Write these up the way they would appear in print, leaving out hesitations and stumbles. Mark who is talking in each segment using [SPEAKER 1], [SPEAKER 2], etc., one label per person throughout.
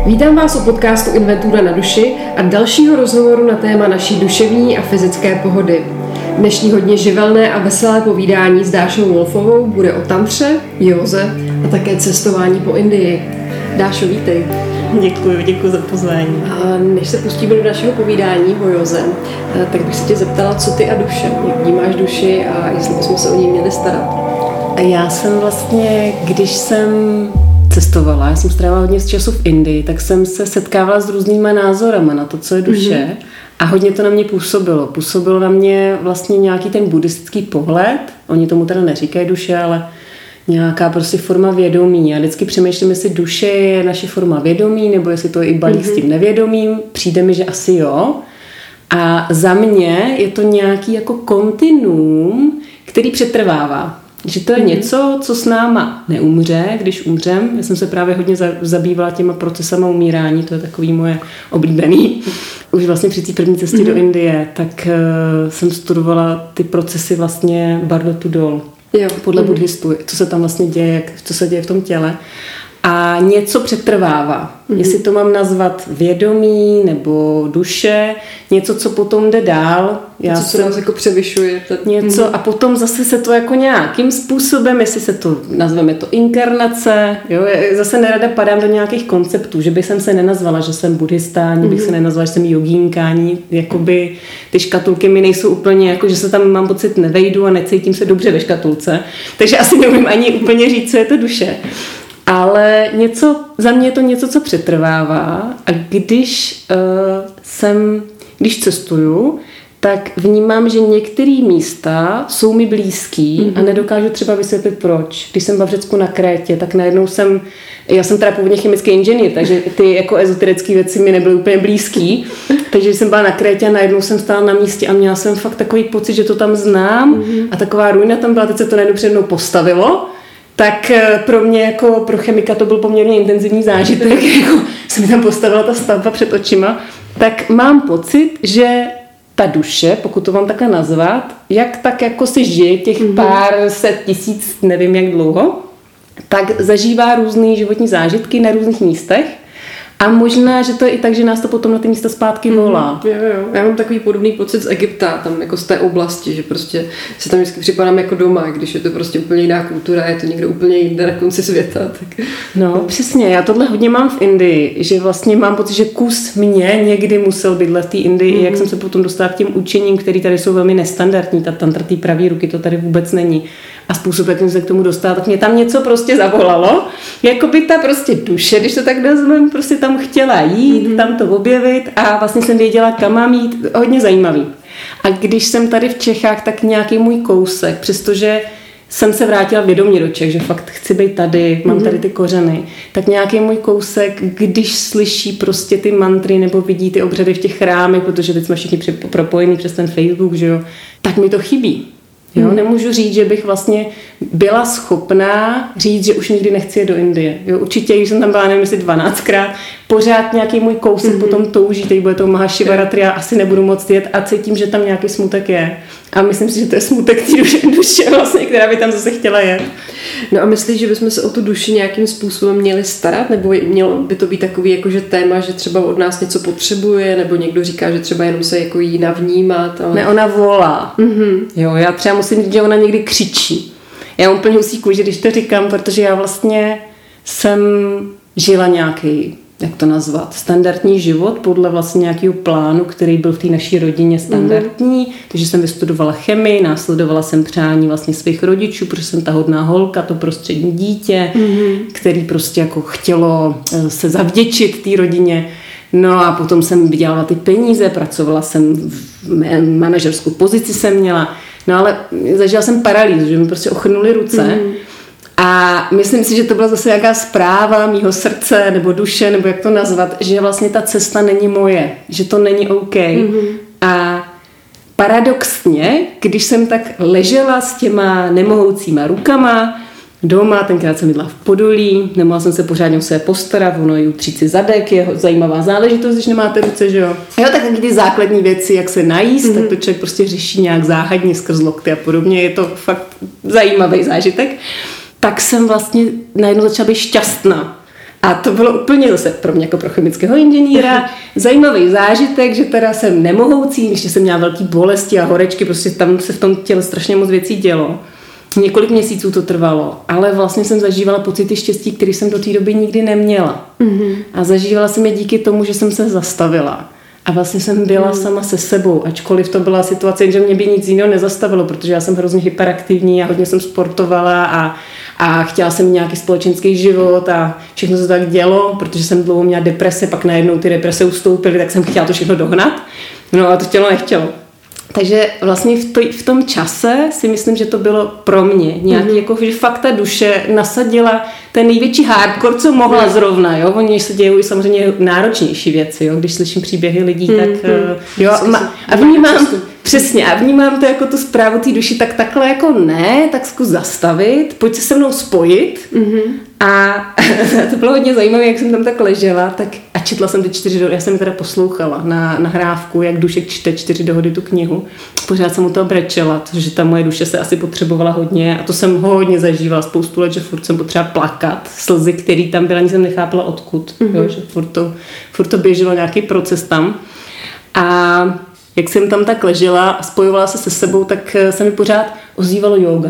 [SPEAKER 1] Vítám vás u podcastu Inventura na duši a dalšího rozhovoru na téma naší duševní a fyzické pohody. Dnešní hodně živelné a veselé povídání s Dášou Wolfovou bude o tantře, józe a také cestování po Indii. Dášo, vítej.
[SPEAKER 2] Děkuji za pozvání.
[SPEAKER 1] A než se pustíme do našeho povídání o józe, tak bych se tě zeptala, co ty a duše. Jak vnímáš duši a jestli bychom se o ní měli starat?
[SPEAKER 2] A já jsem vlastně, když jsem cestovala, já jsem strávila hodně času v Indii, tak jsem se setkávala s různýma názorama na to, co je duše. A hodně to na mě působilo. Působilo na mě vlastně nějaký ten buddhistický pohled. Oni tomu teda neříkají duše, ale nějaká prostě forma vědomí. Já vždycky přemýšlím, jestli duše je naše forma vědomí, nebo jestli to je i balík s tím nevědomím. Přijde mi, že asi jo. A za mě je to nějaký jako kontinuum, který přetrvává. Že to je něco, co s náma neumře, když umřem. Já jsem se právě hodně zabývala těma procesama umírání, to je takový moje oblíbený. Už vlastně při té první cestě do Indie, tak jsem studovala ty procesy vlastně Bardo Tudol. Podle buddhistů, co se tam vlastně děje, co se děje v tom těle. A něco přetrvává. Jestli to mám nazvat vědomí nebo duše, něco, co potom jde dál.
[SPEAKER 1] Co nás jako převyšuje.
[SPEAKER 2] Něco a potom zase se to jako nějakým způsobem, jestli se to nazveme to inkarnace, jo, zase nerada padám do nějakých konceptů, že bych se nenazvala, že jsem buddhista, ani bych se nenazvala, že jsem jogínka, ani jakoby ty škatulky mi nejsou úplně, jako že se tam mám pocit nevejdu a necítím se dobře ve škatulce, takže asi neumím ani úplně říct, co je to duše. Ale za mě je to něco, co přetrvává a když cestuju, tak vnímám, že některé místa jsou mi blízký a nedokážu třeba vysvětlit proč. Když jsem byla v Řecku na Krétě, tak najednou já jsem teda původně chemický inženýr, takže ty jako ezoterické věci mi nebyly úplně blízký, takže jsem byla na Krétě a najednou jsem stála na místě a měla jsem fakt takový pocit, že to tam znám a taková ruina tam byla, teď se to najednou před mnou postavilo. Tak pro mě jako pro chemika to byl poměrně intenzivní zážitek, jako se mi tam postavila ta stavba před očima, tak mám pocit, že ta duše, pokud to mám takhle nazvat, jak tak jako si žije těch pár set tisíc, nevím jak dlouho, tak zažívá různý životní zážitky na různých místech. A možná, že to je i tak, že nás to potom na ty místa zpátky volá.
[SPEAKER 1] Jo. Já mám takový podobný pocit z Egypta, tam jako z té oblasti, že prostě se tam vždycky připadám jako doma, když je to prostě úplně jiná kultura, je to někde úplně jinde na konci světa. Tak...
[SPEAKER 2] No, přesně, já tohle hodně mám v Indii, že vlastně mám pocit, že kus mě někdy musel bydlet v té Indii, jak jsem se potom dostala k těm učením, které tady jsou velmi nestandardní, ta tantra té pravý ruky, to tady vůbec není. A způsob, jak jsem se k tomu dostala, tak mě tam něco prostě zavolalo. Jakoby ta prostě duše, když to tak nazvem, prostě tam chtěla jít, tam to objevit a vlastně jsem věděla, kam mám jít. Hodně zajímavý. A když jsem tady v Čechách, tak nějaký můj kousek, přestože jsem se vrátila vědomě do Čech, že fakt chci být tady, mám tady ty kořeny, tak nějaký můj kousek, když slyší prostě ty mantry nebo vidí ty obřady v těch chrámech, protože teď jsme všichni propojení přes ten Facebook, že jo, tak mi to chybí. Jo, nemůžu říct, že bych vlastně byla schopná říct, že už nikdy nechci jít do Indie. Jo, určitě, když jsem tam byla, nevím, jestli 12krát, pořád nějaký můj kousek potom touží, teď bude to Mahashivaratri, já asi nebudu moc jet a cítím, že tam nějaký smutek je. A myslím si, že to je smutek té duše vlastně, která by tam zase chtěla jet.
[SPEAKER 1] No a myslíš, že bychom se o tu duši nějakým způsobem měli starat? Nebo mělo by to být takový jakože téma, že třeba od nás něco potřebuje? Nebo někdo říká, že třeba jenom se jako jí navnímat? Ale...
[SPEAKER 2] Ne, ona volá. Jo, já třeba musím říct, že ona někdy křičí. Já mám úplně husí kůži, když to říkám, protože já vlastně jsem žila nějaký, jak to nazvat, standardní život podle vlastně nějakého plánu, který byl v té naší rodině standardní. Takže jsem vystudovala chemii, následovala jsem přání vlastně svých rodičů, protože jsem ta hodná holka, to prostřední dítě, který prostě jako chtělo se zavděčit té rodině. No a potom jsem vydělala ty peníze, pracovala jsem v manažerskou pozici jsem měla. No ale zažila jsem paralýzu, že mi prostě ochrnuly ruce. A myslím si, že to byla zase nějaká zpráva mýho srdce nebo duše, nebo jak to nazvat, že vlastně ta cesta není moje, že to není OK. A paradoxně, když jsem tak ležela s těma nemohoucíma rukama doma, tenkrát jsem bydla v Podolí, nemohla jsem se pořádně o sebe postarat, ono je utřít si zadek, je zajímavá záležitost, když nemáte ruce, že jo. A jo, tak taky ty základní věci, jak se najíst, tak to člověk prostě řeší nějak záhadně skrz lokty a podobně, je to fakt zajímavý zážitek. Tak jsem vlastně najednou začala být šťastná. A to bylo úplně zase pro mě jako pro chemického inženýra zajímavý zážitek, že teda jsem nemohoucí, ještě jsem měla velký bolesti a horečky, prostě tam se v tom těle strašně moc věcí dělo. Několik měsíců to trvalo, ale vlastně jsem zažívala pocity štěstí, které jsem do té doby nikdy neměla. A zažívala jsem je díky tomu, že jsem se zastavila. A vlastně jsem byla sama se sebou, ačkoliv to byla situace, že mě by nic jiného nezastavilo, protože já jsem hrozně hyperaktivní a hodně jsem sportovala a chtěla jsem nějaký společenský život a všechno se tak dělo, protože jsem dlouho měla deprese, pak najednou ty deprese ustoupily, tak jsem chtěla to všechno dohnat. No a to tělo nechtělo. Takže vlastně v tom čase si myslím, že to bylo pro mě nějaký, jako, že fakt ta duše nasadila ten největší hardcore, co mohla zrovna, jo, oni se dějí i samozřejmě náročnější věci, jo, když slyším příběhy lidí, tak jo, a vnímám, přesně, a vnímám to jako tu zprávu té duši, tak takhle jako ne, tak zkus zastavit, pojď se se mnou spojit a to bylo hodně zajímavé, jak jsem tam tak ležela, tak a četla jsem ty 4 dohody, já jsem ji teda poslouchala na nahrávku, jak Dušek čte 4 dohody tu knihu, pořád jsem u toho brečela, protože ta moje duše se asi potřebovala hodně a to jsem hodně zažívala spoustu let, že furt jsem potřeba plakat, slzy, který tam byla, ani jsem nechápala odkud, jo, že furt to běželo nějaký proces tam a jak jsem tam tak ležela a spojovala se sebou, tak se mi pořád ozývalo yoga.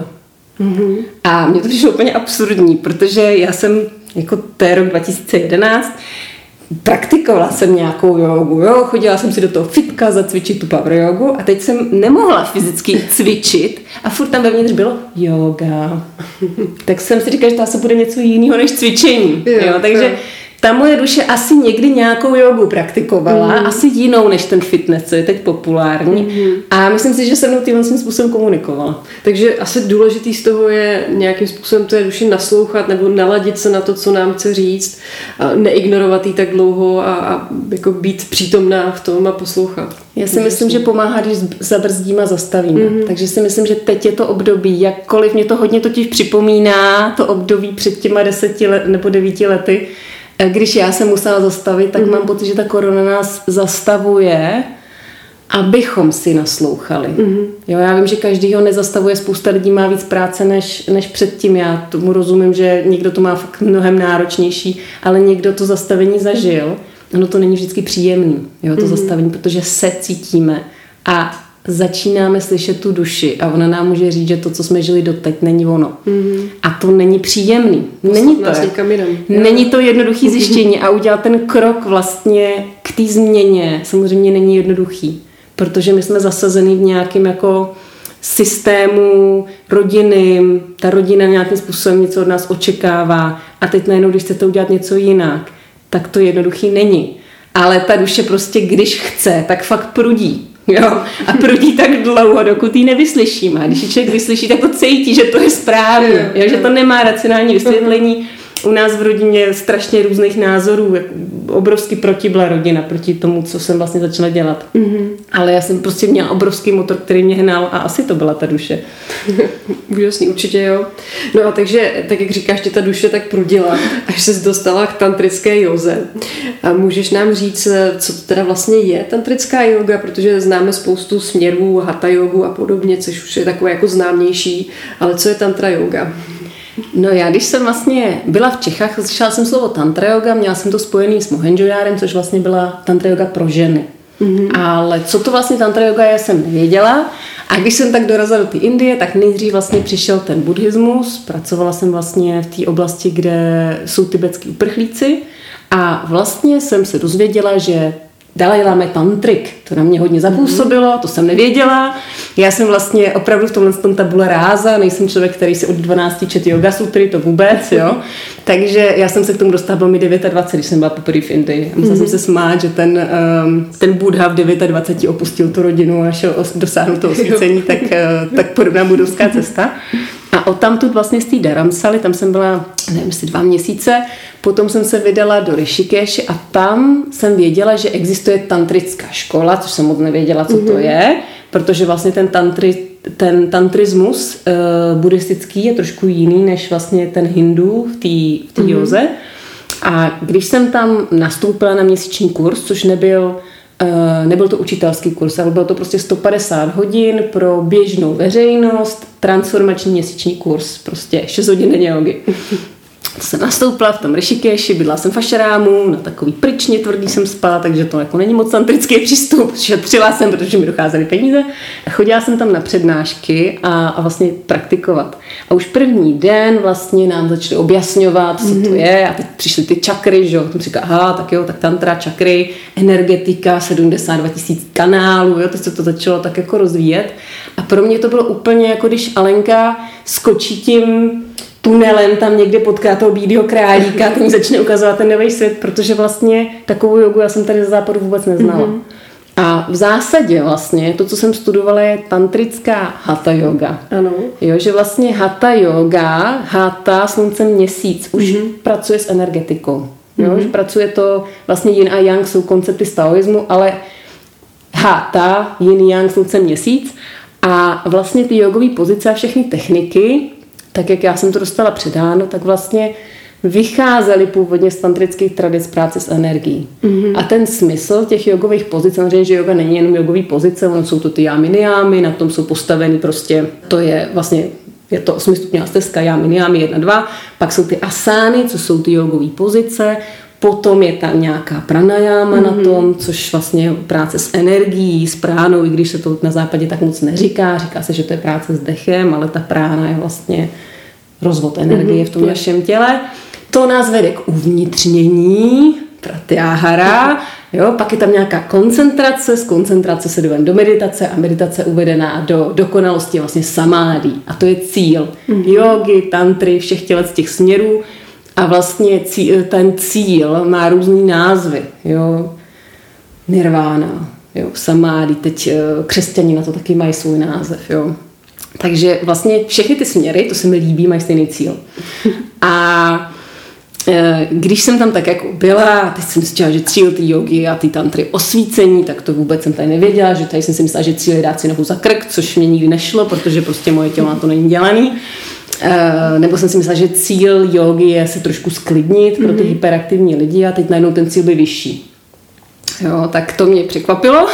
[SPEAKER 2] A mě to přišlo úplně absurdní, protože já jsem, jako to je rok 2011, praktikovala jsem nějakou jogu, jo, chodila jsem si do toho fitka zacvičit tu power jogu a teď jsem nemohla fyzicky cvičit a furt tam vevnitř bylo yoga. Tak jsem si říkala, že to asi bude něco jiného než cvičení, jo, takže ta moje duše asi někdy nějakou jogu praktikovala, asi jinou než ten fitness, co je teď populární. A myslím si, že se mnou tímhle způsobem komunikovala.
[SPEAKER 1] Takže asi důležitý z toho je nějakým způsobem té duši naslouchat nebo naladit se na to, co nám chce říct, a neignorovat jí tak dlouho a jako být přítomná v tom a poslouchat.
[SPEAKER 2] Já si myslím, že pomáhá, když zabrzdíme a zastavíme. Takže si myslím, že teď je to období, jakkoliv mě to hodně totiž připomíná, to období před těma 10 nebo 9 lety, když já jsem musela zastavit, tak mám pocit, že ta korona nás zastavuje, abychom si naslouchali. Jo, já vím, že každýho nezastavuje, spousta lidí má víc práce než předtím. Já tomu rozumím, že někdo to má fakt mnohem náročnější, ale někdo to zastavení zažil. Ono to není vždycky příjemný, jo, to zastavení, protože se cítíme a začínáme slyšet tu duši a ona nám může říct, že to, co jsme žili doteď, není ono. A to není příjemný. Není to jednoduchý zjištění a udělat ten krok vlastně k té změně samozřejmě není jednoduchý, protože my jsme zasazený v nějakém jako systému rodiny, ta rodina nějakým způsobem něco od nás očekává a teď najednou, když chcete udělat něco jinak, tak to jednoduchý není. Ale ta duše prostě, když chce, tak fakt prudí. Jo? A prudí tak dlouho, dokud ji nevyslyšíme. A když ji člověk vyslyší, tak to cítí, že to je správně, jo? Že to nemá racionální vysvětlení. U nás v rodině je strašně různých názorů, obrovský protibla rodina proti tomu, co jsem vlastně začala dělat. Ale já jsem prostě měla obrovský motor, který mě hnal a asi to byla ta duše.
[SPEAKER 1] Úžasný, určitě jo. No a takže, tak jak říkáš, tě ta duše tak prudila, až ses dostala k tantrické józe. A můžeš nám říct, co to teda vlastně je tantrická jóga, protože známe spoustu směrů, hatha jogu a podobně, což už je takové jako známější, ale co je tantra jóga?
[SPEAKER 2] No já, když jsem vlastně byla v Čechách, slyšela jsem slovo tantra yoga, měla jsem to spojený s Mohenjo-dárem, což vlastně byla tantra yoga pro ženy. Ale co to vlastně tantra yoga, já jsem nevěděla. A když jsem tak dorazila do té Indie, tak nejdřív vlastně přišel ten buddhismus. Pracovala jsem vlastně v té oblasti, kde jsou tibetský uprchlíci. A vlastně jsem se dozvěděla, že Dalaj Lama je tantrik. To na mě hodně zapůsobilo, to jsem nevěděla. Já jsem vlastně opravdu v tomhle tabula ráza, nejsem člověk, který si od 12 čet yoga sutry, to vůbec, jo. Takže já jsem se k tomu dostala mi 29, když jsem byla poprvé v Indii. A musela jsem se smát, že ten Buddha v 29 opustil tu rodinu a šel dosáhnout toho osvícení, tak podobná budovská cesta. A odtamtud vlastně z té Dharamsaly, tam jsem byla, nevím, jestli 2 měsíce, potom jsem se vydala do Rishikeše a tam jsem věděla, že existuje tantrická škola, což jsem moc nevěděla, co to je, protože vlastně ten tantrismus buddhistický je trošku jiný než vlastně ten hindu v té józe. A když jsem tam nastoupila na měsíční kurz, což nebyl to učitelský kurz, ale byl to prostě 150 hodin pro běžnou veřejnost, transformační měsíční kurz, prostě 6 hodin denně jogy. To jsem nastoupila v tom Rišikeši, bydla jsem v ašrámu, na takový pryčně tvrdý jsem spala, takže to jako není moc tantrický přístup, šetřila jsem, protože mi docházely peníze a chodila jsem tam na přednášky a vlastně praktikovat. A už první den vlastně nám začali objasňovat, co to je a teď přišly ty čakry, že jo, tam říká, aha, tak jo, tak tantra, čakry, energetika, 72 000 kanálů, jo, teď se to začalo tak jako rozvíjet a pro mě to bylo úplně jako když Alenka skočí tím tunelem tam někde potká toho bílého králíka, ten začne ukazovat ten nový svět, protože vlastně takovou jogu já jsem tady ze západu vůbec neznala. A v zásadě vlastně to, co jsem studovala, je tantrická hatha yoga.
[SPEAKER 1] Ano.
[SPEAKER 2] Jo, že vlastně hatha yoga, hatha, slunce, měsíc, už pracuje s energetikou. Jo, že pracuje to, vlastně yin a yang jsou koncepty z taoismu, ale hatha, yin, yang, slunce, měsíc a vlastně ty jogové pozice a všechny techniky, tak jak já jsem to dostala předáno, tak vlastně vycházely původně z tantrických tradic práce s energií. A ten smysl těch jogových pozic, samozřejmě, že yoga není jenom jogový pozice, ono jsou to ty jámy, nijámy, na tom jsou postaveny prostě, to je vlastně, je to 8stupňová stezka, jámy, nijámy, 1, 2, pak jsou ty asány, co jsou ty jogové pozice, potom je tam nějaká pranayama na tom, což vlastně je práce s energií, s pránou, i když se to na západě tak moc neříká. Říká se, že to je práce s dechem, ale ta prána je vlastně rozvod energie v tom našem těle. To nás vede k uvnitřnění, pratyahara, jo, pak je tam nějaká koncentrace, z koncentrace se jdeme do meditace a meditace uvedená do dokonalosti vlastně samády. A to je cíl jogy, tantry, všech těch směrů. A vlastně ten cíl má různý názvy, jo, nirvána, jo, samády, teď křesťani na to taky mají svůj název, jo. Takže vlastně všechny ty směry, to se mi líbí, mají stejný cíl. A když jsem tam tak jako byla, teď jsem si říkala, že cíl ty jogy a ty tantry osvícení, tak to vůbec jsem tady nevěděla, že tady jsem si myslela, že cíl je dát si nohu za krk, což mě nikdy nešlo, protože prostě moje tělo na to není dělaný. Nebo jsem si myslela, že cíl jogy je se trošku sklidnit pro ty hyperaktivní lidi a teď najednou ten cíl by vyšší. Jo, tak to mě překvapilo.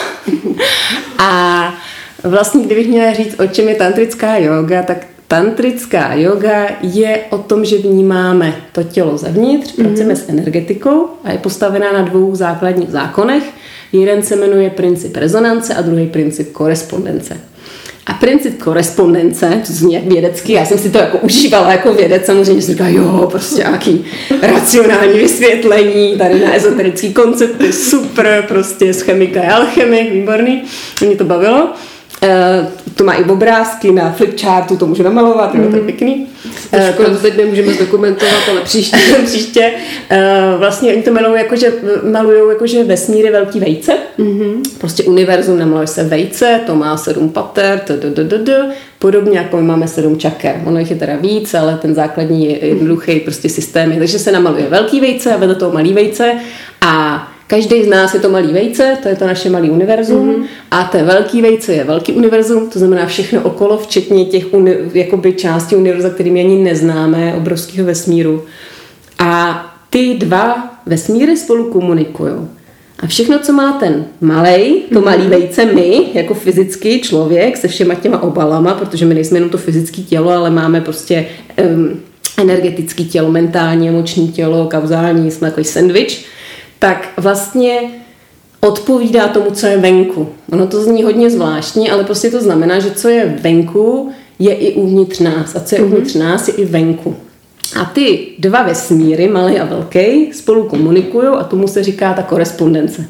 [SPEAKER 2] A vlastně, kdybych měla říct, o čem je tantrická yoga, tak tantrická yoga je o tom, že vnímáme to tělo zevnitř, pracujeme s energetikou a je postavená na 2 základních zákonech. Jeden se jmenuje princip rezonance a druhý princip korespondence. A princip korespondence, to zní jak vědecký, já jsem si to jako užívala jako vědec, samozřejmě jsem říkala, jo, prostě nějaký racionální vysvětlení, tady na ezoterický koncepty, super, prostě z chemika je alchemik, výborný, mě to bavilo. To má i obrázky na flipchartu, to můžu namalovat, jo, to je pěkný.
[SPEAKER 1] Škoda, to teď nemůžeme zdokumentovat, ale příště.
[SPEAKER 2] Příště. Vlastně oni to malujou jakože vesmír je velký vejce. Prostě univerzum namaluje se vejce, to má 7 pater, podobně jako my máme 7 čaker. Ono jich je teda víc, ale ten základní je jednoduchý prostě systém. Takže se namaluje velký vejce a vedle toho malý vejce a každý z nás je to malý vejce, to je to naše malý univerzum a ten velký vejce je velký univerzum, to znamená všechno okolo, včetně těch jakoby částí univerza, kterými ani neznáme, obrovského vesmíru. A ty 2 vesmíry spolu komunikují. A všechno, co má ten malej, to malý vejce my, jako fyzický člověk se všema těma obalama, protože my nejsme jenom to fyzické tělo, ale máme prostě energetické tělo, mentální, emoční tělo, kauzální, jsme takový sandwich, tak vlastně odpovídá tomu, co je venku. Ono to zní hodně zvláštní, ale prostě to znamená, že co je venku, je i uvnitř nás. A co je uvnitř nás, je i venku. A ty 2 vesmíry, malý a velký, spolu komunikují a tomu se říká ta korespondence.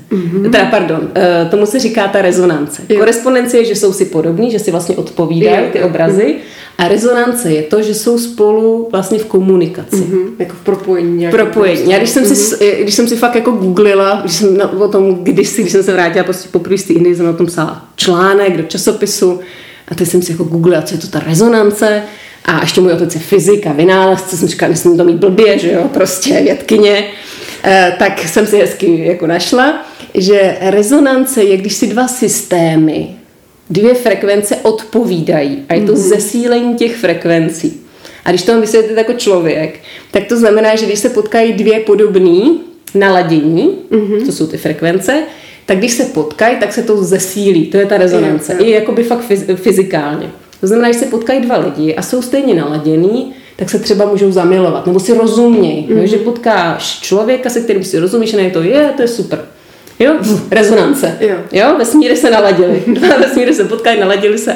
[SPEAKER 2] Tomu se říká ta rezonance. Korespondence je, že jsou si podobní, že si vlastně odpovídají ty obrazy. A rezonance je to, že jsou spolu vlastně v komunikaci.
[SPEAKER 1] Jako v propojení.
[SPEAKER 2] Propojení. Já když jsem si fakt jako googlila, o tom kdysi, když jsem se vrátila prostě poprvé z té Indie, jsem o tom psala článek do časopisu a teď jsem si jako googlila, co je to ta rezonance. A ještě můj otec je fyzik a vynálezce, jsem říkala, nesmím to mít blbě, že jo, prostě vědkyně. Tak jsem si hezky jako našla, že rezonance je, když si 2 systémy, 2 frekvence odpovídají a je to zesílení těch frekvencí. A když to mám vysvětlit jako člověk, tak to znamená, že když se potkají 2 podobný naladění, to jsou ty frekvence, tak když se potkají, tak se to zesílí, to je ta rezonance. I jakoby fakt fyzikálně. To znamená, že se potkají 2 lidi a jsou stejně naladěný, tak se třeba můžou zamilovat, nebo si rozumějí, že potkáš člověka, se kterým si rozumíš, a to je super. Jo, rezonance. Jo, vesmíry se naladily. Vesmíry se potkají, naladily se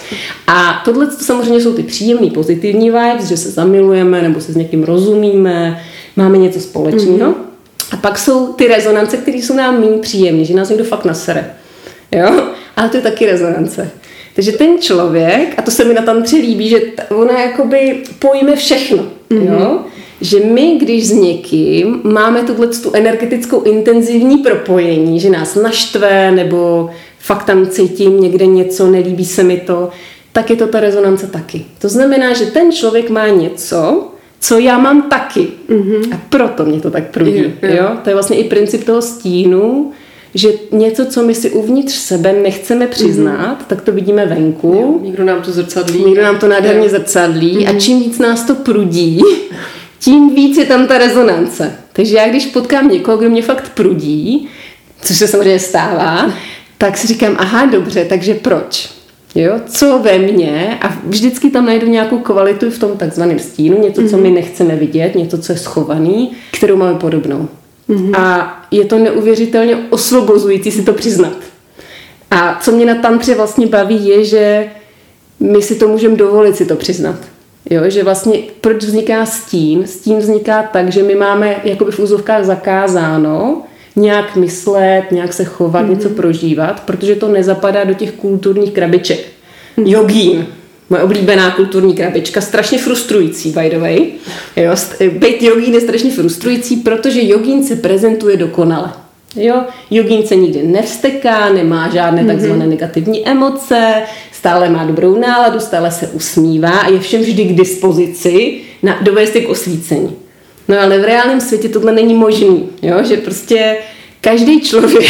[SPEAKER 2] a tohle samozřejmě jsou ty příjemný, pozitivní vibes, že se zamilujeme nebo se s někým rozumíme, máme něco společného. A pak jsou ty rezonance, které jsou nám méně příjemné, že nás někdo fakt nasere. Jo, ale to je taky rezonance. Takže ten člověk, a to se mi na tantře líbí, že ona jakoby pojme všechno. Jo? Že my, když s někým máme tu energetickou intenzivní propojení, že nás naštve, nebo fakt tam cítím někde něco, nelíbí se mi to, tak je to ta rezonance taky. To znamená, že ten člověk má něco, co já mám taky. A proto mě to tak prudí. Jo? To je vlastně i princip toho stínu, že něco, co my si uvnitř sebe nechceme přiznat, tak to vidíme venku.
[SPEAKER 1] Jo, někdo nám to zrcadlí.
[SPEAKER 2] Někdo nám to nádherně zrcadlí a čím víc nás to prudí, tím víc je tam ta rezonance. Takže já když potkám někoho, kdo mě fakt prudí, což se samozřejmě stává, tak si říkám, aha, dobře, takže proč? Jo, co ve mně, a vždycky tam najdu nějakou kvalitu v tom takzvaném stínu, něco, co my nechceme vidět, něco, co je schovaný, kterou máme podobnou. A je to neuvěřitelně osvobozující si to přiznat. A co mě na tantře vlastně baví, je, že my si to můžeme dovolit si to přiznat. Jo, že vlastně proč vzniká stín? Stín vzniká tak, že my máme jakoby v úzovkách zakázáno nějak myslet, nějak se chovat, něco prožívat, protože to nezapadá do těch kulturních krabiček. Jogín, moje oblíbená kulturní krabička, strašně frustrující, by the way. Jo, být jogín je strašně frustrující, protože jogín se prezentuje dokonale. Jo, jogín se nikdy nevsteká, nemá žádné takzvané negativní emoce, stále má dobrou náladu, stále se usmívá a je všem vždy k dispozici na dovést k osvícení. No ale v reálném světě tohle není možný, jo, že prostě každý člověk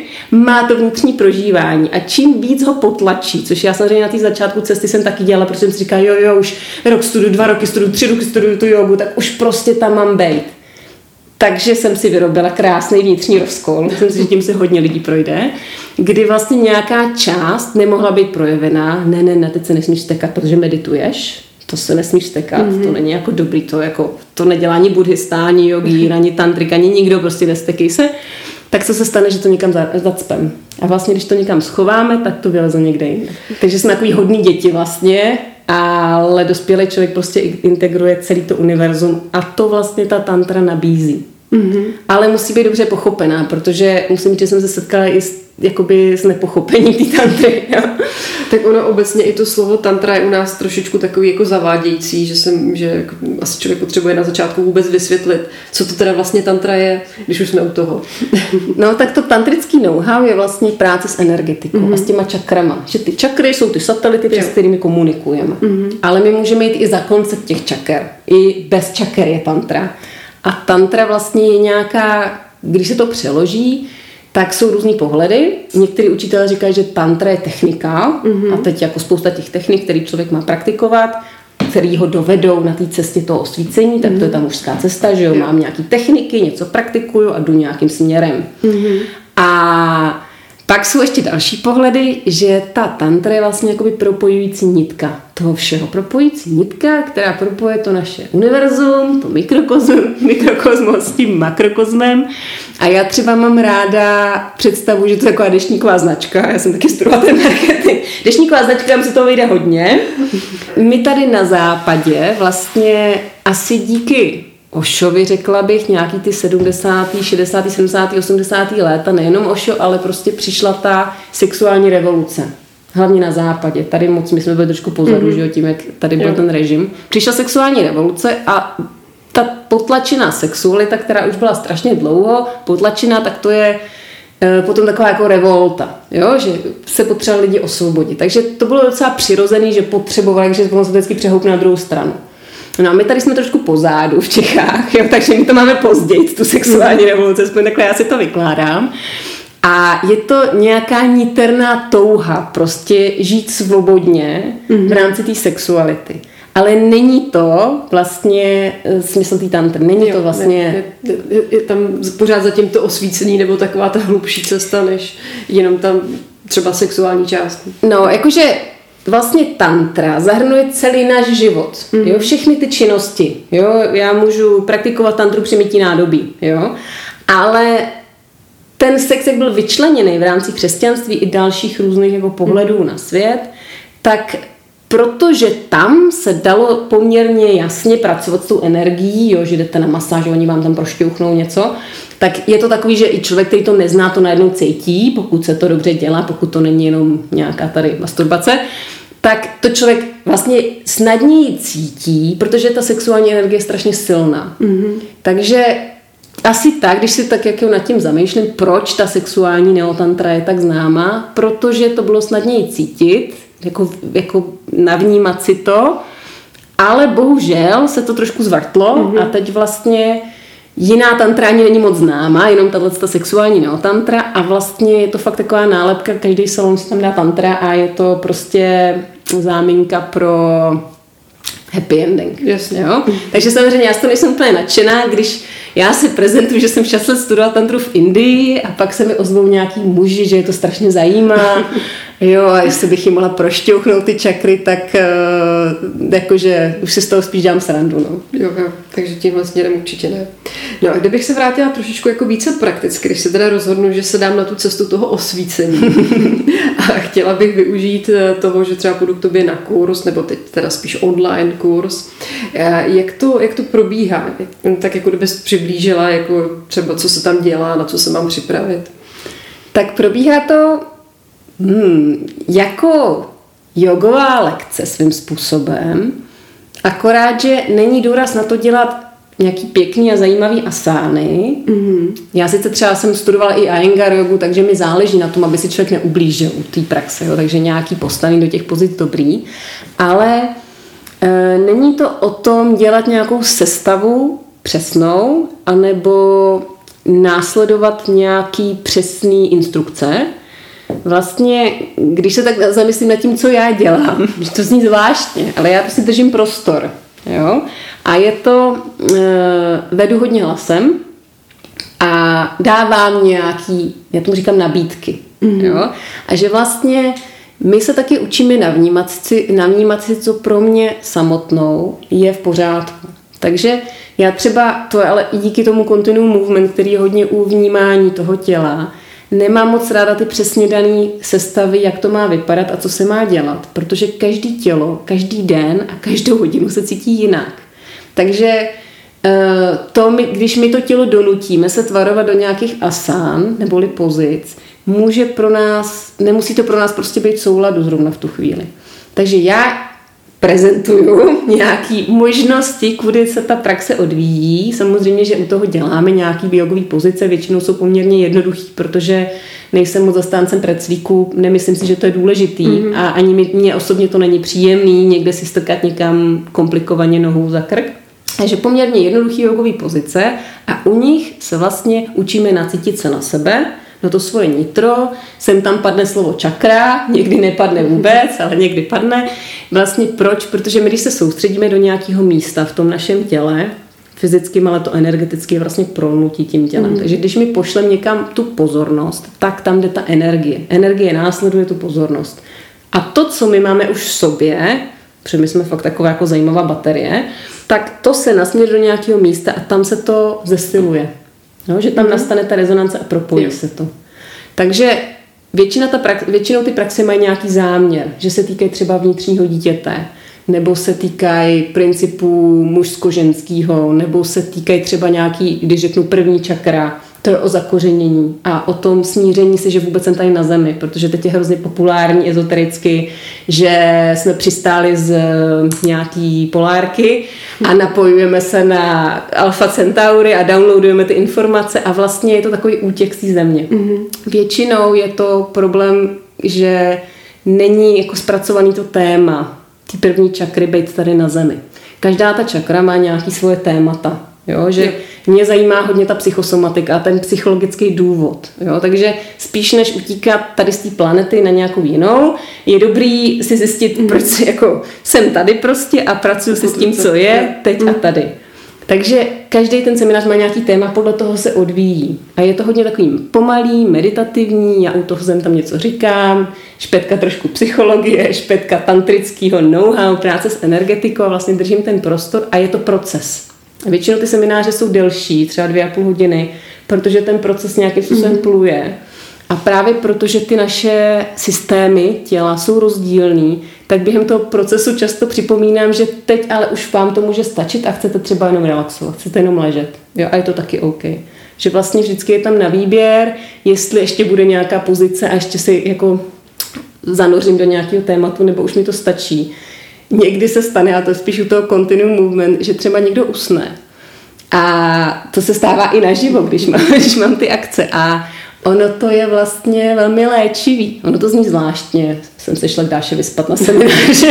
[SPEAKER 2] má to vnitřní prožívání a čím víc ho potlačí, což já samozřejmě na té začátku cesty jsem taky dělala, protože jsem si říkala, jo, už rok studuju, 2 roky studuju, 3 roky studuju tu jogu, tak už prostě tam mám bejt. Takže jsem si vyrobila krásný vnitřní rozkol, myslím si, že tím se hodně lidí projde, kdy vlastně nějaká část nemohla být projevená, ne, teď se nesmíš stekat, protože medituješ, to se nesmíš stekat, to není jako dobrý, to nedělá ani buddhista, ani jogín, ani tantrik, ani nikdo, prostě nestekej se, tak co se stane, že to někam zacpem. A vlastně, když to někam schováme, tak to vyleze někde jinde. Takže jsme takový hodný děti vlastně, ale dospělý člověk prostě integruje celý to univerzum a to vlastně ta tantra nabízí. Ale musí být dobře pochopená, protože musím říct, že jsem se setkala i s nepochopením té tantry. Jo.
[SPEAKER 1] Tak ono obecně i to slovo tantra je u nás trošičku takový jako zavádějící, že asi člověk potřebuje na začátku vůbec vysvětlit, co to teda vlastně tantra je, když už jsme u toho.
[SPEAKER 2] No tak to tantrický know-how je vlastně práce s energetikou a s těma čakrama. Že ty čakry jsou ty satelity, přes kterými komunikujeme. Ale my můžeme jít i za koncept těch čaker. I bez čaker je tantra. A tantra vlastně je nějaká, když se to přeloží, tak jsou různý pohledy. Některý učitelé říkají, že tantra je technika a teď jako spousta těch technik, který člověk má praktikovat, který ho dovedou na té cestě toho osvícení, tak to je ta mužská cesta, že jo, mám nějaký techniky, něco praktikuju a jdu nějakým směrem. A pak jsou ještě další pohledy, že ta tantra je vlastně jakoby propojující nitka toho všeho. Propojující nitka, která propoje to naše univerzum, to mikrokosmos s tím makrokozmem. A já třeba mám ráda představu, že to je taková deštníková značka. Já jsem taky studovala ten marketing. Deštníková značka, tam se toho vyjde hodně. My tady na západě vlastně asi díky Oshovi, řekla bych, nějaký ty 70., 60., 70., 80. léta, nejenom Osho, ale prostě přišla ta sexuální revoluce. Hlavně na západě. Tady moc, my jsme byli trošku pozadu, že jo, tím, jak tady byl ten režim. Přišla sexuální revoluce a ta potlačená sexualita, která už byla strašně dlouho potlačená, tak to je potom taková jako revolta, jo? Že se potřebovali lidi osvobodit. Takže to bylo docela přirozený, že potřebovali, že se vždycky přehoupne na druhou stranu. No a my tady jsme trošku pozadu v Čechách, jo, takže my to máme později, tu sexuální revoluci, aspoň takhle já si to vykládám. A je to nějaká niterná touha prostě žít svobodně v rámci té sexuality. Ale není to vlastně smysl té tantry, není to vlastně...
[SPEAKER 1] Je tam pořád zatím to osvícení nebo taková ta hlubší cesta, než jenom tam třeba sexuální část.
[SPEAKER 2] No, jakože vlastně tantra zahrnuje celý náš život. Jo? Všechny ty činnosti. Jo? Já můžu praktikovat tantru při mytí nádobí. Jo? Ale ten sex, jak byl vyčleněný v rámci křesťanství i dalších různých jako pohledů na svět, tak protože tam se dalo poměrně jasně pracovat s tou energií, jo, že jdete na masáž, oni vám tam prošťouchnou něco, tak je to takový, že i člověk, který to nezná, to najednou cítí, pokud se to dobře dělá, pokud to není jenom nějaká tady masturbace, tak to člověk vlastně snadněji cítí, protože ta sexuální energie je strašně silná. Takže asi tak, když si tak jak nad tím zamýšlím, proč ta sexuální neotantra je tak známá, protože to bylo snadněji cítit, jako navnímat si to, ale bohužel se to trošku zvrtlo a teď vlastně jiná tantra ani není moc známá, jenom tato sexuální neotantra a vlastně je to fakt taková nálepka, každý salon si tam dá tantra a je to prostě záminka pro happy ending.
[SPEAKER 1] Jasně.
[SPEAKER 2] Jo? Takže samozřejmě já z toho nejsem úplně nadšená, když já si prezentuju, že jsem 6 let studovala tantru v Indii a pak se mi ozvou nějaký muži, že je to strašně zajímá. Jo, a jestli bych jim mohla prošťouchnout ty čakry, tak jakože už si z toho spíš dám srandu. No.
[SPEAKER 1] Jo, takže tímhle směrem určitě ne. No a kdybych se vrátila trošičku jako více prakticky, když se teda rozhodnu, že se dám na tu cestu toho osvícení a chtěla bych využít toho, že třeba půjdu k tobě na kurz, nebo teď teda spíš online kurz, jak to probíhá? Tak jako kdybys přiblížila, jako třeba co se tam dělá, na co se mám připravit?
[SPEAKER 2] Tak probíhá to jako jogová lekce svým způsobem, akorát, že není důraz na to dělat nějaký pěkný a zajímavý asány. Já sice třeba jsem studovala i Iyengar jogu, takže mi záleží na tom, aby si člověk neublížil u té praxe, jo? Takže nějaký postavení do těch pozic dobrý, ale není to o tom dělat nějakou sestavu přesnou, anebo následovat nějaký přesný instrukce. Vlastně, když se tak zamyslím nad tím, co já dělám, že to zní zvláštně, ale já prostě držím prostor. Jo? A je to, vedu hodně hlasem a dávám nějaký, já tomu říkám nabídky. Jo? A že vlastně my se taky učíme navnímat si, co pro mě samotnou je v pořádku. Takže já třeba, to je ale i díky tomu continuum movement, který je hodně u vnímání toho těla, nemám moc ráda ty přesně dané sestavy, jak to má vypadat a co se má dělat, protože každý tělo, každý den a každou hodinu se cítí jinak. Takže když my to tělo donutíme se tvarovat do nějakých asán neboli pozic, nemusí to pro nás prostě být v souladu zrovna v tu chvíli. Takže já prezentuju nějaké možnosti, kudy se ta praxe odvíjí. Samozřejmě, že u toho děláme nějaké jogové pozice, většinou jsou poměrně jednoduchý, protože nejsem moc zastáncem precvíku, nemyslím si, že to je důležitý a ani mě osobně to není příjemný někde si strkat někam komplikovaně nohou za krk. Takže poměrně jednoduchý jogové pozice a u nich se vlastně učíme nacítit se na sebe, no to svoje nitro, sem tam padne slovo čakra, někdy nepadne vůbec, ale někdy padne. Vlastně proč? Protože my, když se soustředíme do nějakého místa v tom našem těle, fyzicky, ale to energeticky je vlastně prolnutí tím tělem. Takže když mi pošleme někam tu pozornost, tak tam jde ta energie. Energie následuje tu pozornost. A to, co my máme už v sobě, protože my jsme fakt taková jako zajímavá baterie, tak to se nasměruje do nějakého místa a tam se to zesiluje. No, že tam nastane ta rezonance a propojí se to. Takže většinou ty praxe mají nějaký záměr, že se týkají třeba vnitřního dítěte, nebo se týkají principů mužsko-ženského, nebo se týkají třeba nějaký, když řeknu první čakra, to je o zakořenění a o tom smíření se, že vůbec jsem tady na zemi, protože teď je hrozně populární ezotericky, že jsme přistáli z nějaký polárky a napojujeme se na Alpha Centaury a downloadujeme ty informace a vlastně je to takový útěk z té země. Většinou je to problém, že není jako zpracovaný to téma, ty první čakry být tady na zemi. Každá ta čakra má nějaký svoje témata. Jo, že mě zajímá hodně ta psychosomatika a ten psychologický důvod. Jo, takže spíš než utíkat tady z té planety na nějakou jinou, je dobrý si zjistit, proč jako jsem tady prostě a pracuji si s tím, co je teď a tady. Takže každý ten seminář má nějaký téma, podle toho se odvíjí. A je to hodně takový pomalý, meditativní, já u toho jsem tam něco říkám, špetka trošku psychologie, špetka tantrického know-how, práce s energetikou a vlastně držím ten prostor a je to proces. Většinou ty semináře jsou delší, třeba 2,5 hodiny, protože ten proces nějakým způsobem pluje. A právě protože ty naše systémy těla jsou rozdílný, tak během toho procesu často připomínám, že teď ale už vám to může stačit a chcete třeba jenom relaxovat, chcete jenom ležet. Jo, a je to taky OK. Že vlastně vždycky je tam na výběr, jestli ještě bude nějaká pozice a ještě si jako zanořím do nějakého tématu, nebo už mi to stačí. Někdy se stane, a to je spíš u toho continuum movement, že třeba někdo usne. A to se stává i naživo, když mám ty akce. A ono to je vlastně velmi léčivý. Ono to zní zvláštně. Jsem se šla k Dáše vyspat na seminář,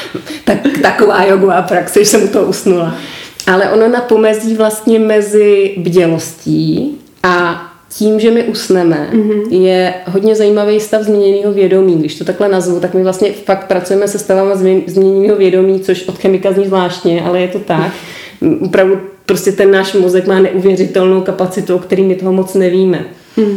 [SPEAKER 2] taková jogová praxe, že jsem u toho usnula. Ale ono na pomezí vlastně mezi bdělostí a tím, že my usneme, je hodně zajímavý stav změněného vědomí. Když to takhle nazvu, tak my vlastně fakt pracujeme se stavama změněného vědomí, což od chemika zní zvláštně, ale je to tak. Opravdu prostě ten náš mozek má neuvěřitelnou kapacitu, o který my toho moc nevíme.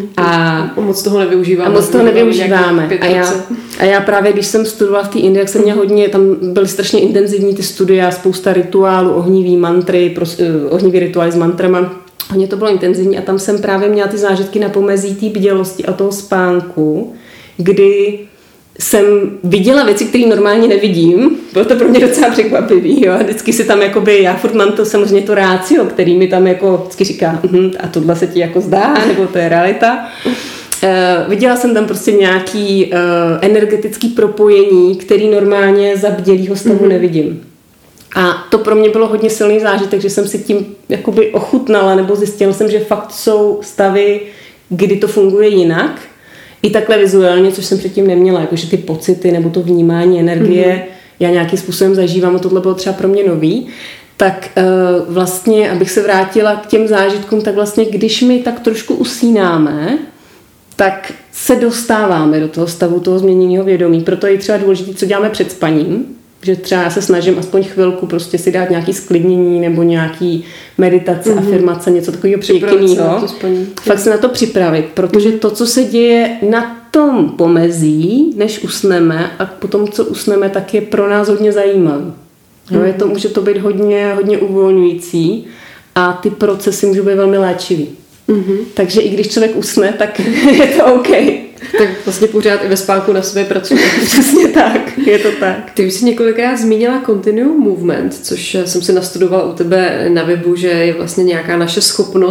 [SPEAKER 1] A moc toho nevyužíváme.
[SPEAKER 2] A moc toho nevyužíváme. A já právě, když jsem studovala v té Indii, jak jsem měla hodně, tam byly strašně intenzivní ty studia, spousta rituálů, ohnivý mantry, ohnivý rituály s mantrama. Hodně to bylo intenzivní a tam jsem právě měla ty zážitky na pomezí té bdělosti a toho spánku, kdy jsem viděla věci, které normálně nevidím. Bylo to pro mě docela překvapivý. Jo? Vždycky si tam jakoby, já furt mám to samozřejmě to rácio, který mi tam jako vždycky říká, a tohle se ti jako zdá, nebo to je realita. Viděla jsem tam prostě nějaký energetický propojení, který normálně za bdělýho stavu nevidím. A to pro mě bylo hodně silný zážitek, že jsem si tím jakoby ochutnala, nebo zjistila jsem, že fakt jsou stavy, kdy to funguje jinak, i takhle vizuálně, což jsem předtím neměla, jakože ty pocity nebo to vnímání energie já nějakým způsobem zažívám a tohle bylo třeba pro mě nový. Tak vlastně, abych se vrátila k těm zážitkům, tak vlastně, když my tak trošku usínáme, tak se dostáváme do toho stavu toho změněného vědomí. Proto je třeba důležité, co děláme před spaním, že třeba já se snažím aspoň chvilku prostě si dát nějaký sklidnění nebo nějaký meditace, afirmace, něco takového pěkného. Fakt se na to připravit, protože to, co se děje na tom pomezí, než usneme a potom, co usneme, tak je pro nás hodně zajímavé. Může to být hodně, hodně uvolňující a ty procesy můžou být velmi léčivý. Takže i když člověk usne, tak je to OK.
[SPEAKER 1] Tak vlastně pořád i ve spánku na sebe pracuje.
[SPEAKER 2] Přesně tak, je to tak.
[SPEAKER 1] Ty už jsi několikrát zmínila continuum movement, což jsem si nastudovala u tebe na webu, že je vlastně nějaká naše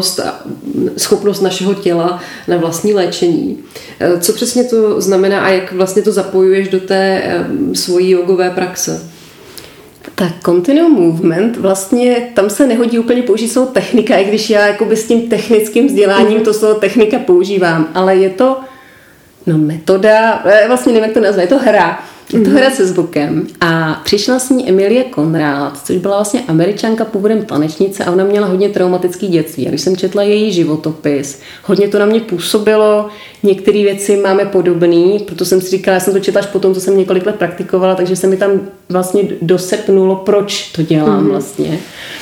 [SPEAKER 1] schopnost našeho těla na vlastní léčení. Co přesně to znamená a jak vlastně to zapojuješ do té svojí jogové praxe?
[SPEAKER 2] Tak continuum movement, vlastně tam se nehodí úplně použít slovo technika, i když já jakoby s tím technickým vzděláním to slovo technika používám, ale je to metoda, vlastně nevím, jak to nazvat, je to hra. Je to hra se zvukem. A přišla s ní Emilie Conrad, což byla vlastně Američanka původem tanečnice a ona měla hodně traumatický dětství. A když jsem četla její životopis, hodně to na mě působilo, některé věci máme podobné, proto jsem si říkala, já jsem to četla až potom, co jsem několik let praktikovala, takže se mi tam vlastně dosepnulo, proč to dělám vlastně.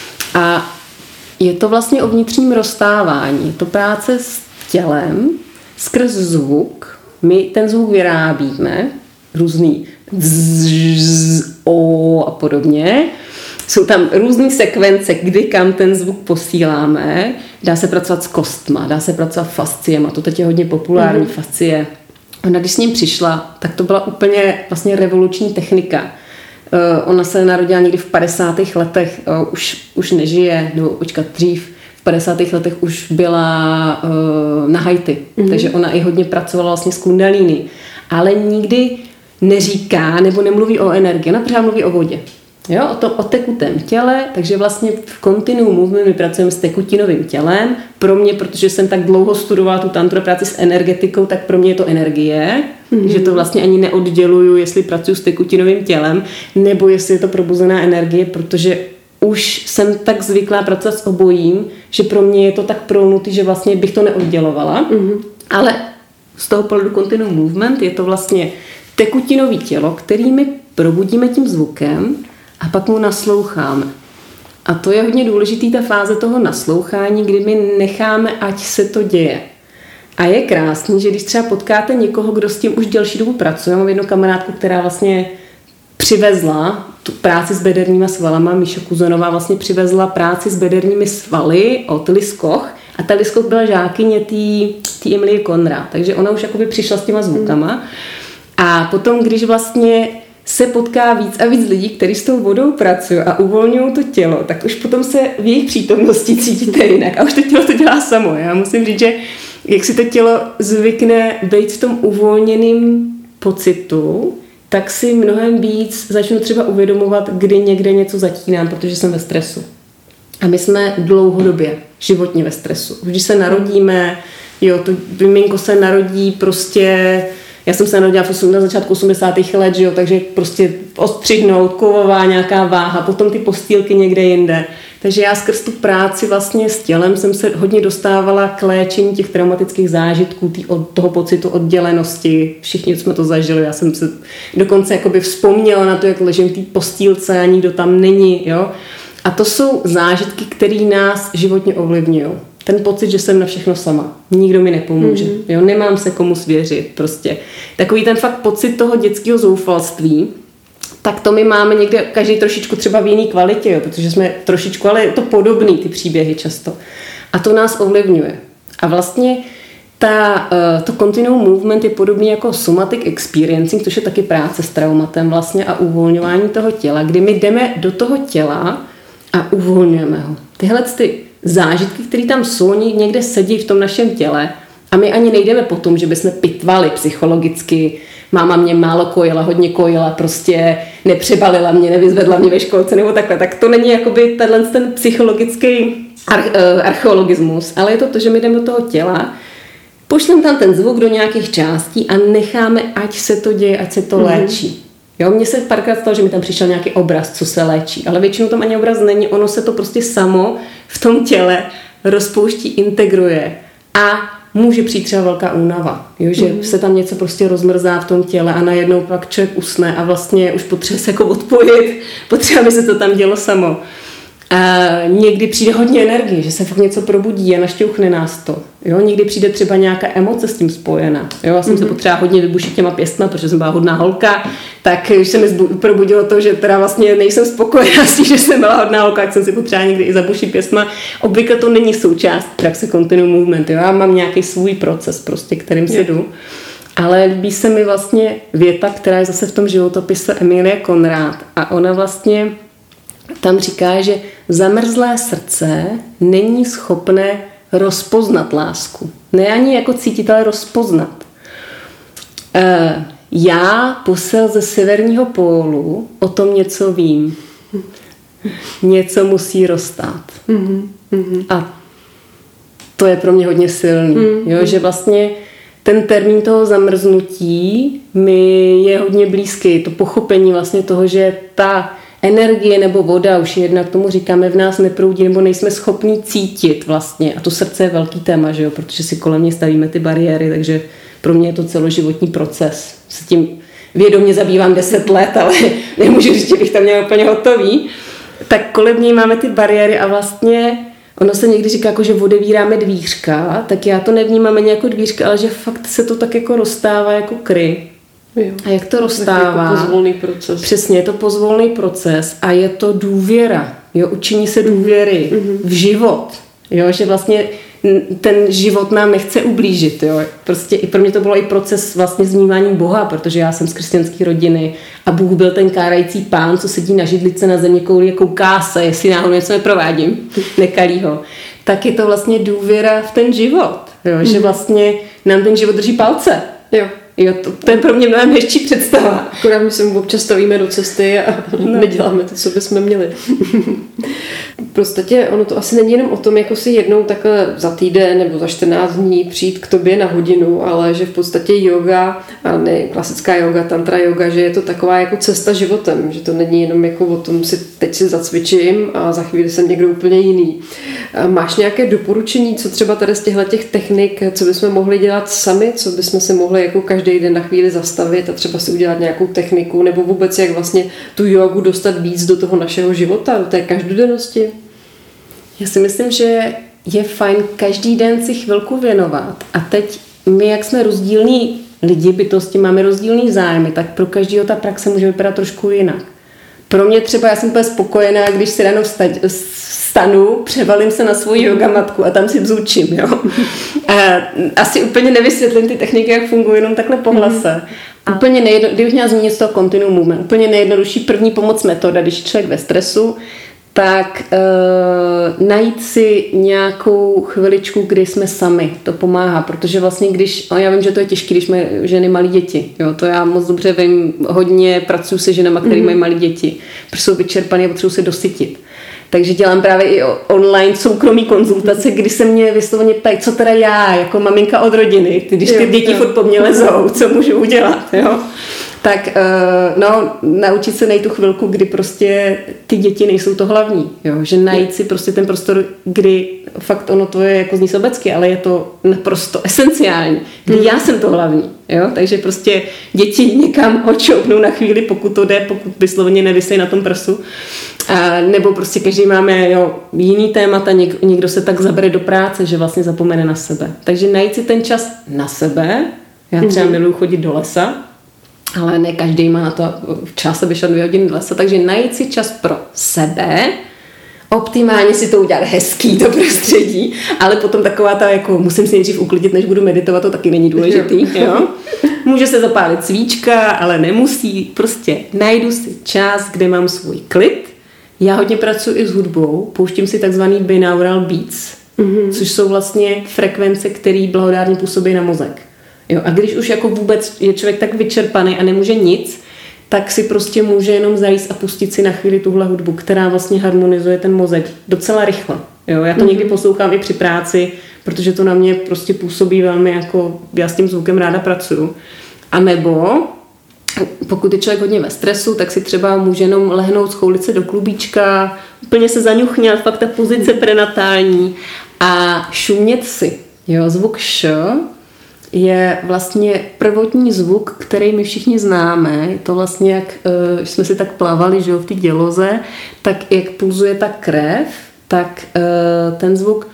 [SPEAKER 2] A je to vlastně o vnitřním rozstávání. Je to práce s tělem skrz zvuk. My ten zvuk vyrábíme, různý a podobně. Jsou tam různý sekvence, kdy kam ten zvuk posíláme. Dá se pracovat s kostma, dá se pracovat fasciema, to teď je hodně populární fascie. Ona, když s ním přišla, tak to byla úplně vlastně revoluční technika. Ona se narodila někdy v 50. letech, už nežije, nebo počkat dřív, v 50. letech už byla na Haiti, takže ona i hodně pracovala vlastně s kundalíny, ale nikdy neříká nebo nemluví o energii, ona pořád mluví o vodě. Jo, o tekutém těle, takže vlastně v continuum movement my pracujeme s tekutinovým tělem. Pro mě, protože jsem tak dlouho studovala tu tantru práci s energetikou, tak pro mě je to energie, že to vlastně ani neodděluju, jestli pracuji s tekutinovým tělem, nebo jestli je to probuzená energie, protože už jsem tak zvyklá pracovat s obojím, že pro mě je to tak prolnutý, že vlastně bych to neoddělovala. Ale z toho pohledu continuum movement je to vlastně tekutinový tělo, který my probudíme tím zvukem a pak mu nasloucháme. A to je hodně důležitý, ta fáze toho naslouchání, kdy my necháme, ať se to děje. A je krásný, že když třeba potkáte někoho, kdo s tím už delší dobu pracuje, mám jednu kamarádku, která vlastně přivezla tu práci s bederníma svalama, Míša Kuzonová vlastně přivezla práci s bederními svaly od Liz Koch, a ta Liz Koch byla žákyně té Emilie Conrad, takže ona už jakoby přišla s těma zvukama. A potom, když vlastně se potká víc a víc lidí, kteří s tou vodou pracují a uvolňují to tělo, tak už potom se v jejich přítomnosti cítíte jinak a už to tělo to dělá samo. Já musím říct, že jak si to tělo zvykne být v tom uvolněném pocitu, tak si mnohem víc začnu třeba uvědomovat, kdy někde něco zatínám, protože jsem ve stresu. A my jsme dlouhodobě životně ve stresu. Když se narodíme, to miminko se narodí prostě, já jsem se narodila na začátku 80. let, takže prostě ostřihnout, kovová nějaká váha, potom ty postýlky někde jinde. Takže já skrz tu práci vlastně s tělem jsem se hodně dostávala k léčení těch traumatických zážitků, toho pocitu oddělenosti. Všichni jsme to zažili, já jsem se dokonce jakoby vzpomněla na to, jak ležím v té postýlce a nikdo tam není. Jo? A to jsou zážitky, které nás životně ovlivňují. Ten pocit, že jsem na všechno sama. Nikdo mi nepomůže. Jo? Nemám se komu svěřit. Prostě. Takový ten fakt pocit toho dětského zoufalství, tak to my máme někde každý trošičku třeba v jiný kvalitě, jo? Protože jsme trošičku, ale je to podobný, ty příběhy často. A to nás ovlivňuje. A vlastně to continuum movement je podobný jako somatic experiencing, což je taky práce s traumatem vlastně a uvolňování toho těla, kdy my jdeme do toho těla a uvolňujeme ho. Tyhle ty zážitky, které tam jsou, někde sedí v tom našem těle a my ani nejdeme po tom, že bychom pitvali psychologicky. Máma mě málo kojila, hodně kojila, prostě nepřebalila mě, nevyzvedla mě ve školce nebo takhle. Tak to není jakoby ten psychologický archeologismus, ale je to, že my jdeme do toho těla, pošleme tam ten zvuk do nějakých částí a necháme, ať se to děje, ať se to léčí. Jo, mně se párkrát stalo, že mi tam přišel nějaký obraz, co se léčí, ale většinou tam ani obraz není, ono se to prostě samo v tom těle rozpouští, integruje a může přijít třeba velká únava, jo, že se tam něco prostě rozmrzá v tom těle a najednou pak člověk usne a vlastně už potřebuje se jako odpojit, potřebuje, aby se to tam dělo samo. A někdy přijde hodně energie, že se fakt něco probudí a naštěuchne nás to. Jo? Někdy přijde třeba nějaká emoce s tím spojena. Jo? Já jsem se potřeba hodně vybušit těma pěstma, protože jsem byla hodná holka, tak když se mi probudilo to, že teda vlastně nejsem spokojená s tím, že jsem byla hodná holka, tak jsem si potřeba někdy i zabušit pěstma. Obvykle to není součást praxe continuum movement. Jo? Já mám nějaký svůj proces, prostě, kterým si jdu. Ale líbí se mi vlastně věta, která je zase v tom životopise Emilie Conrad. A ona vlastně tam říká, že zamrzlé srdce není schopné rozpoznat lásku. Ne ani jako cítit, ale rozpoznat. Já, posel ze severního pólu, o tom něco vím. Něco musí roztát. A to je pro mě hodně silný. Jo, že vlastně ten termín toho zamrznutí mi je hodně blízký. To pochopení vlastně toho, že ta energie nebo voda, už jednak tomu říkáme, v nás neproudí nebo nejsme schopní cítit vlastně. A to srdce je velký téma, že jo? Protože si kolem mě stavíme ty bariéry, takže pro mě je to celoživotní proces. S tím vědomě zabývám 10 let, ale nemůžu říct, že bych tam měla úplně hotový. Tak kolem něj máme ty bariéry a vlastně ono se někdy říká, jako, že odevíráme dvířka, tak já to nevnímám ani jako dvířka, ale že fakt se to tak jako rozstává jako kry. Jo. A jak to rozstává?
[SPEAKER 1] Jako pozvolný proces.
[SPEAKER 2] Přesně, je to pozvolný proces a je to důvěra. Jo, učení se důvěry v život. Jo, že vlastně ten život nám nechce ublížit. Jo. Prostě i pro mě to bylo i proces vlastně vnímáním Boha, protože já jsem z křesťanské rodiny a Bůh byl ten kárající pán, co sedí na židlice na země kouli a kouká se, jestli náhodou něco neprovádím nekalýho. Tak je to vlastně důvěra v ten život. Jo, že vlastně nám ten život drží palce. Jo, to je pro mě mnohem hezčí představa.
[SPEAKER 1] Akorát my se občas stavíme do cesty a neděláme to, co bychom měli. V podstatě ono to asi není jenom o tom, jako si jednou takhle za týden nebo za 14 dní přijít k tobě na hodinu, ale že v podstatě yoga, a ne klasická yoga, tantra yoga, že je to taková jako cesta životem, že to není jenom jako o tom teď si zacvičím a za chvíli jsem někdo úplně jiný. A máš nějaké doporučení, co třeba tady z těch technik, co bychom mohli dělat sami, co bychom si mohli jako každý den na chvíli zastavit a třeba si udělat nějakou techniku, nebo vůbec jak vlastně tu jogu dostat víc do toho našeho života, do té každodennosti?
[SPEAKER 2] Já si myslím, že je fajn každý den si chvilku věnovat. A teď my, jak jsme rozdílní lidi, bytosti, máme rozdílný zájmy, tak pro každého ta praxe může vypadat trošku jinak. Pro mě třeba, já jsem úplně spokojená, když si ráno vstanu, převalím se na svoji yogamatku a tam si bzučím, jo. A asi úplně nevysvětlím ty techniky, jak fungují, jenom takhle po hlase. Úplně kdybych měla zmínit z toho continuum movement, úplně nejjednodušší první pomoc metoda, když je člověk ve stresu, tak najít si nějakou chviličku, kdy jsme sami, to pomáhá, protože vlastně já vím, že to je těžké, když mají ženy malé děti, jo, to já moc dobře vím, hodně pracuji se ženama, které mají malé děti, protože jsou vyčerpané a potřebují se dosytit. Takže dělám právě i online soukromý konzultace, kdy se mě vysloveně ptají, co teda já, jako maminka od rodiny, když ty děti furt po mně lezou, co můžu udělat, jo. Tak naučit se najít tu chvilku, kdy prostě ty děti nejsou to hlavní, jo? Že najít si prostě ten prostor, kdy fakt ono to je jako zní sobecky, ale je to naprosto esenciální, kdy já jsem to hlavní, jo? Takže prostě děti někam odšoupnou na chvíli, pokud to jde, pokud vysloveně nevisej na tom prsu, nebo prostě každý máme jiný témata, někdo se tak zabere do práce, že vlastně zapomene na sebe. Takže najít si ten čas na sebe, já třeba miluji chodit do lesa, ale ne každý má na to čas, aby šel 2 hodiny do lesa, takže najít si čas pro sebe, optimálně si to udělat hezký, to prostředí, ale potom taková ta, jako musím si nejdřív uklidit, než budu meditovat, to taky není důležitý, jo. Může se zapálit svíčka, ale nemusí, prostě najdu si čas, kde mám svůj klid. Já hodně pracuji i s hudbou, pouštím si takzvaný binaural beats, což jsou vlastně frekvence, které blahodárně působí na mozek. Jo, a když už jako vůbec je člověk tak vyčerpaný a nemůže nic, tak si prostě může jenom zajít a pustit si na chvíli tuhle hudbu, která vlastně harmonizuje ten mozek docela rychle. Jo, já to někdy poslouchám i při práci, protože to na mě prostě působí velmi jako, já s tím zvukem ráda pracuju. A nebo pokud je člověk hodně ve stresu, tak si třeba může jenom lehnout, schoulit se do klubíčka, úplně se zaňuchňat, fakt ta pozice prenatální a šumět si. Jo, zvuk š je vlastně prvotní zvuk, který my všichni známe. Je to vlastně, jak jsme si tak plavali, že jo, v té děloze, tak jak pulzuje ta krev, tak ten zvuk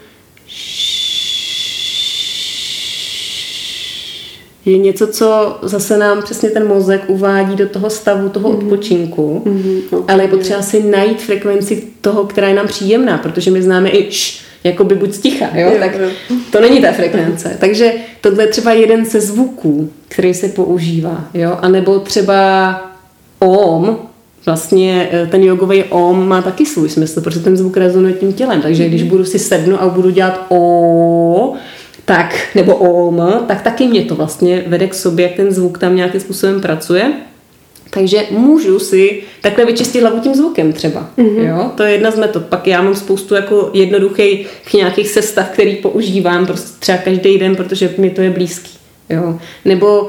[SPEAKER 2] je něco, co zase nám přesně ten mozek uvádí do toho stavu, toho odpočinku, ale je potřeba si najít frekvenci toho, která je nám příjemná, protože my známe i jakoby buď sticha, jo? Tak to není ta frekvence. Takže tohle je třeba jeden ze zvuků, který se používá, jo? A nebo třeba om, vlastně ten jogový om má taky svůj smysl, protože ten zvuk rezonuje tím tělem, takže když budu si sednu a budu dělat o, tak, nebo om, tak taky mě to vlastně vede k sobě, jak ten zvuk tam nějakým způsobem pracuje. Takže můžu si takhle vyčistit hlavu tím zvukem třeba. Jo? To je jedna z metod. Pak já mám spoustu jako jednoduchých nějakých sestav, který používám prostě třeba každý den, protože mi to je blízký. Jo? Nebo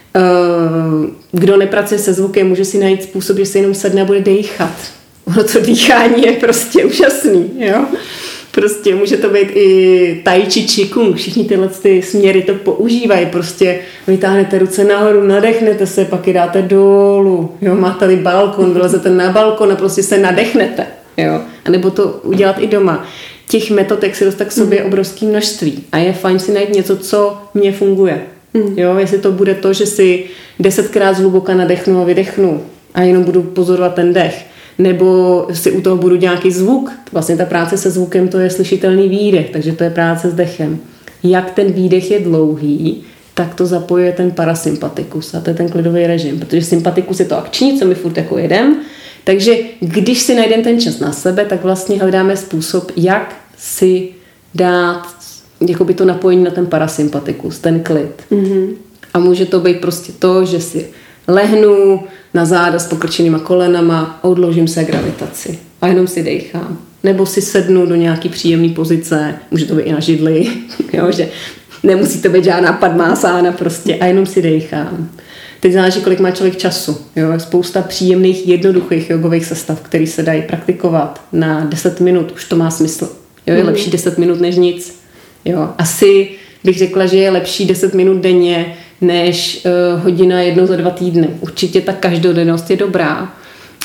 [SPEAKER 2] kdo nepracuje se zvukem, může si najít způsob, že se jenom sedne a bude dýchat. Ono to dýchání je prostě úžasný. Jo? Prostě může to být i tai chi, qigong, všichni tyhle ty směry to používají, prostě vytáhnete ruce nahoru, nadechnete se, pak je dáte dolů, jo, máte-li balkon, vylezete na balkon a prostě se nadechnete, jo, a nebo to udělat i doma. Těch metod, jak se dostat k sobě obrovské množství a je fajn si najít něco, co mně funguje, jo, jestli to bude to, že si 10krát zhluboka nadechnu a vydechnu a jenom budu pozorovat ten dech, nebo si u toho budu nějaký zvuk. Vlastně ta práce se zvukem, to je slyšitelný výdech, takže to je práce s dechem. Jak ten výdech je dlouhý, tak to zapojuje ten parasympatikus a to je ten klidový režim, protože sympatikus je to akční, co my furt jako jedem. Takže když si najdeme ten čas na sebe, tak vlastně hledáme způsob, jak si dát jakoby to napojení na ten parasympatikus, ten klid. A může to být prostě to, že si lehnu na záda s pokrčenýma kolenama a odložím se gravitaci a jenom si dejchám. Nebo si sednu do nějaký příjemné pozice, může to být i na židli, jo, že nemusí to být žádná padmásána prostě a jenom si dejchám. Teď záleží, kolik má člověk času. Jo, spousta příjemných, jednoduchých jogových sestav, které se dají praktikovat na 10 minut, už to má smysl. Jo, je lepší 10 minut než nic. Jo, asi bych řekla, že je lepší 10 minut denně než hodina jednou za 2 týdny. Určitě ta každodennost je dobrá,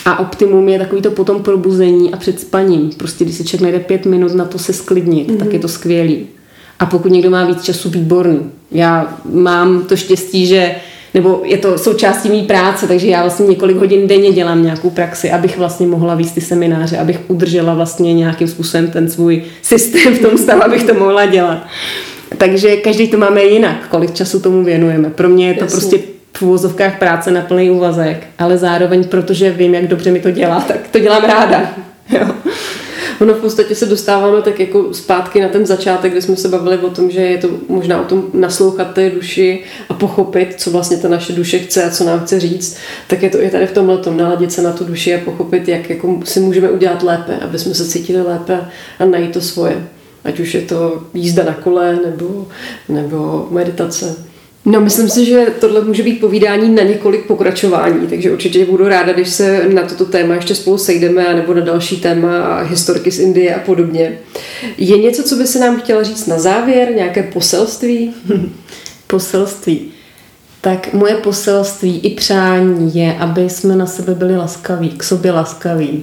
[SPEAKER 2] A optimum je takový to potom probuzení a před spaním. Prostě když se člověk najde 5 minut na to se sklidnit, tak je to skvělý. A pokud někdo má víc času, výborný. Já mám to štěstí, že nebo je to součástí mý práce, takže já vlastně několik hodin denně dělám nějakou praxi, abych vlastně mohla vést ty semináře, abych udržela vlastně nějakým způsobem ten svůj systém v tom stavu, abych to mohla dělat. Takže každý to máme jinak, kolik času tomu věnujeme. Pro mě je to prostě v uvozovkách práce na plný úvazek, ale zároveň, protože vím, jak dobře mi to dělá, tak to dělám ráda. Jo.
[SPEAKER 1] Ono v podstatě se dostáváme tak jako zpátky na ten začátek, kde jsme se bavili o tom, že je to možná o tom naslouchat té duši a pochopit, co vlastně ta naše duše chce a co nám chce říct, tak je to i tady v tomhletom, naladit se na tu duši a pochopit, jak jako si můžeme udělat lépe, aby jsme se cítili lépe a najít to svoje. Ať už je to jízda na kole nebo meditace. No, myslím si, že tohle může být povídání na několik pokračování, takže určitě budu ráda, když se na toto téma ještě spolu sejdeme, nebo na další téma historky z Indie a podobně. Je něco, co by se nám chtěla říct na závěr? Nějaké poselství?
[SPEAKER 2] Poselství. Tak moje poselství i přání je, aby jsme na sebe byli laskaví, k sobě laskaví.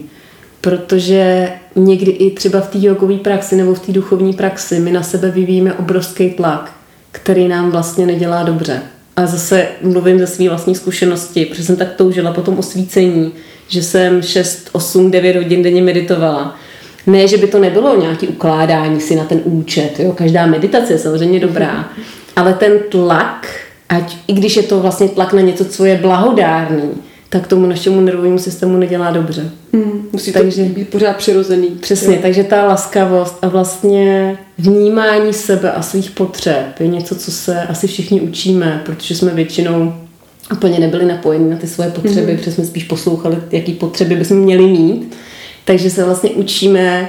[SPEAKER 2] Protože někdy i třeba v té jogové praxi nebo v té duchovní praxi my na sebe vyvíjíme obrovský tlak, který nám vlastně nedělá dobře. A zase mluvím ze své vlastní zkušenosti, protože jsem tak toužila po tom osvícení, že jsem 6, 8, 9 hodin denně meditovala. Ne, že by to nebylo nějaké ukládání si na ten účet, jo? Každá meditace je samozřejmě dobrá, ale ten tlak, ať i když je to vlastně tlak na něco, co je blahodárný, tak tomu našemu nervovému systému nedělá dobře.
[SPEAKER 1] Musí to být pořád přirozený.
[SPEAKER 2] Přesně, takže ta laskavost a vlastně vnímání sebe a svých potřeb je něco, co se asi všichni učíme, protože jsme většinou úplně nebyli napojeni na ty svoje potřeby, protože jsme spíš poslouchali, jaký potřeby bychom měli mít. Takže se vlastně učíme,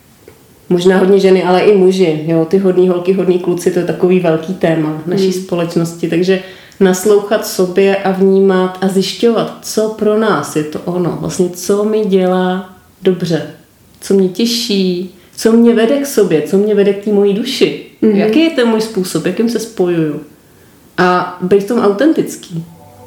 [SPEAKER 2] možná hodně ženy, ale i muži. Jo? Ty hodný holky, hodný kluci, to je takový velký téma naší společnosti. Takže naslouchat sobě a vnímat a zjišťovat, co pro nás je to ono. Vlastně co mi dělá dobře, co mě těší, co mě vede k sobě, co mě vede k té mojí duši. Jaký je ten můj způsob, jakým se spojuju. A být v tom autentický.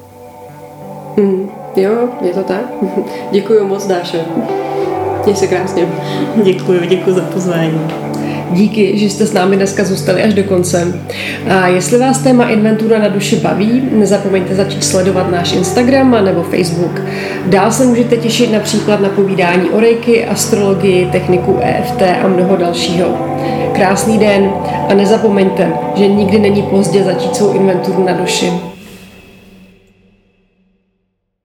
[SPEAKER 1] Jo, je to tak. Děkuji moc, Dášo. Měj se krásně.
[SPEAKER 2] Děkuji za pozvání.
[SPEAKER 1] Díky, že jste s námi dneska zůstali až do konce. A jestli vás téma Inventura na duši baví, nezapomeňte začít sledovat náš Instagram nebo Facebook. Dál se můžete těšit například na povídání o reiki, astrologii, techniku EFT a mnoho dalšího. Krásný den a nezapomeňte, že nikdy není pozdě začít svou inventuru na duši.